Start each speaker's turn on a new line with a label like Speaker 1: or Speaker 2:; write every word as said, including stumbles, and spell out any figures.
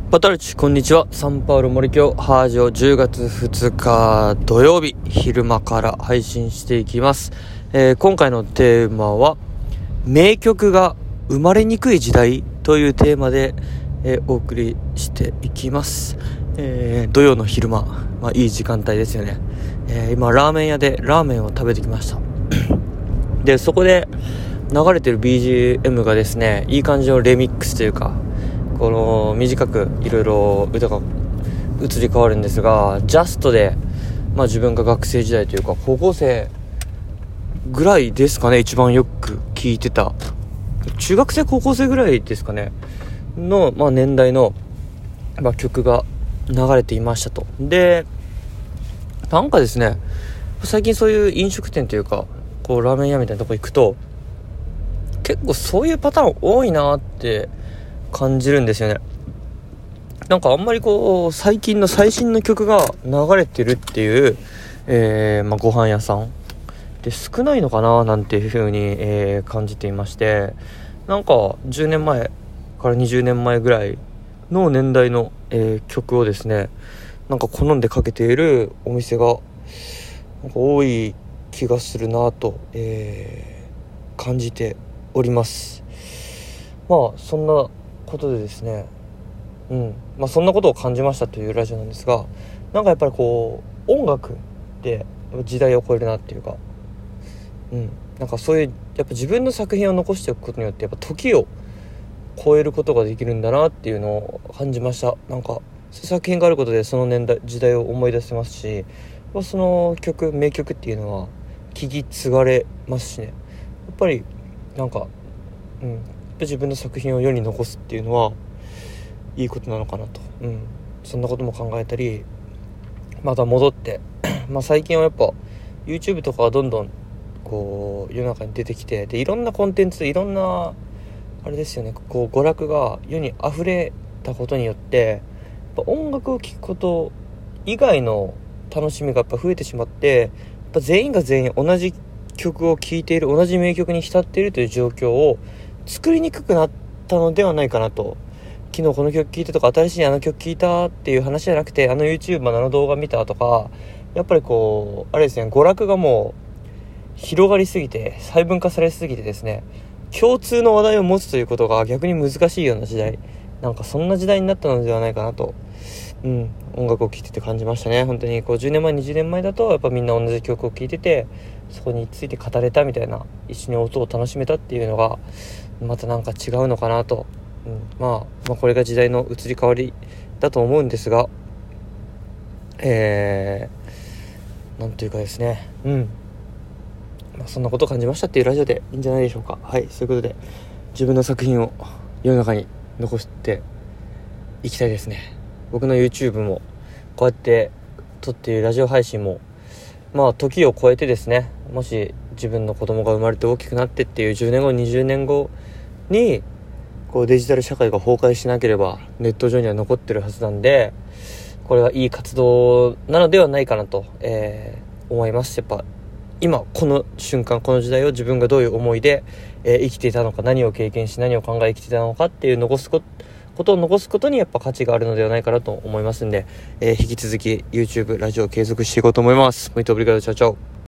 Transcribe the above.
Speaker 1: パタルチこんにちは。サンパウロ森京ハージョじゅうがつふつか土曜日昼間から配信していきます。えー、今回のテーマは名曲が生まれにくい時代というテーマで、えー、お送りしていきます。えー、土曜の昼間、まあ、いい時間帯ですよね。えー、今ラーメン屋でラーメンを食べてきましたでそこで流れてる ビージーエム がですね、いい感じのレミックスというか、この短くいろいろ歌が移り変わるんですが、ジャストで、まあ、自分が学生時代というか高校生ぐらいですかね、一番よく聴いてた、中学生高校生ぐらいですかねの、まあ、年代の、まあ、曲が流れていましたと。でなんかですね、最近そういう飲食店というかこうラーメン屋みたいなとこ行くと結構そういうパターン多いなって感じるんですよね。なんかあんまりこう最近の最新の曲が流れてるっていう、えーまあ、ご飯屋さんで少ないのかななんていう風に、えー、感じていまして、なんかじゅうねんまえからにじゅうねんまえぐらいの年代の、えー、曲をですね、なんか好んでかけているお店がなんか多い気がするなと、えー、感じております。まあそんなことでですね、うんまあ、そんなことを感じましたというラジオなんですが、なんかやっぱりこう音楽って時代を超えるなっていうか、うんなんかそういうやっぱ自分の作品を残しておくことによってやっぱ時を超えることができるんだなっていうのを感じました。なんか作品があることでその年代時代を思い出せますし、その曲名曲っていうのは聞き継がれますしね、やっぱりなんか、うん、自分の作品を世に残すっていうのはいいことなのかなと、うん、そんなことも考えたり、また戻ってまあ最近はやっぱ YouTube とかはどんどんこう世の中に出てきて、でいろんなコンテンツいろんなあれですよね、こう娯楽が世に溢れたことによって、やっぱ音楽を聴くこと以外の楽しみがやっぱ増えてしまって、やっぱ全員が全員同じ曲を聴いている、同じ名曲に浸っているという状況を作りにくくなったのではないかなと。昨日この曲聴いたとか、新しいあの曲聴いたっていう話じゃなくて、あの YouTube のあの動画見たとか、やっぱりこうあれですね、娯楽がもう広がりすぎて細分化されすぎてですね、共通の話題を持つということが逆に難しいような時代、なんかそんな時代になったのではないかなと、うん、音楽を聴いてて感じましたね。本当にこうじゅうねんまえにじゅうねんまえだとやっぱみんな同じ曲を聴いてて、そこについて語れたみたいな、一緒に音を楽しめたっていうのがまたなんか違うのかなと、うんまあ、まあこれが時代の移り変わりだと思うんですが、えー、なんというかですね、うんまあ、そんなことを感じましたっていうラジオでいいんじゃないでしょうか。はい、そういうことで自分の作品を世の中に残していきたいですね。僕の YouTube もこうやって撮っているラジオ配信も、まあ時を超えてですね、もし自分の子供が生まれて大きくなってっていうじゅうねんごにじゅうねんごにこうデジタル社会が崩壊しなければネット上には残ってるはずなんで、これはいい活動なのではないかなと、えー、思います。やっぱ今この瞬間この時代を自分がどういう思いで、えー、生きていたのか、何を経験し何を考え生きていたのかっていう残すことことを残すことにやっぱ価値があるのではないかなと思いますんで、えー、引き続き YouTube ラジオを継続していこうと思います。Muito obrigado, tchau tchau。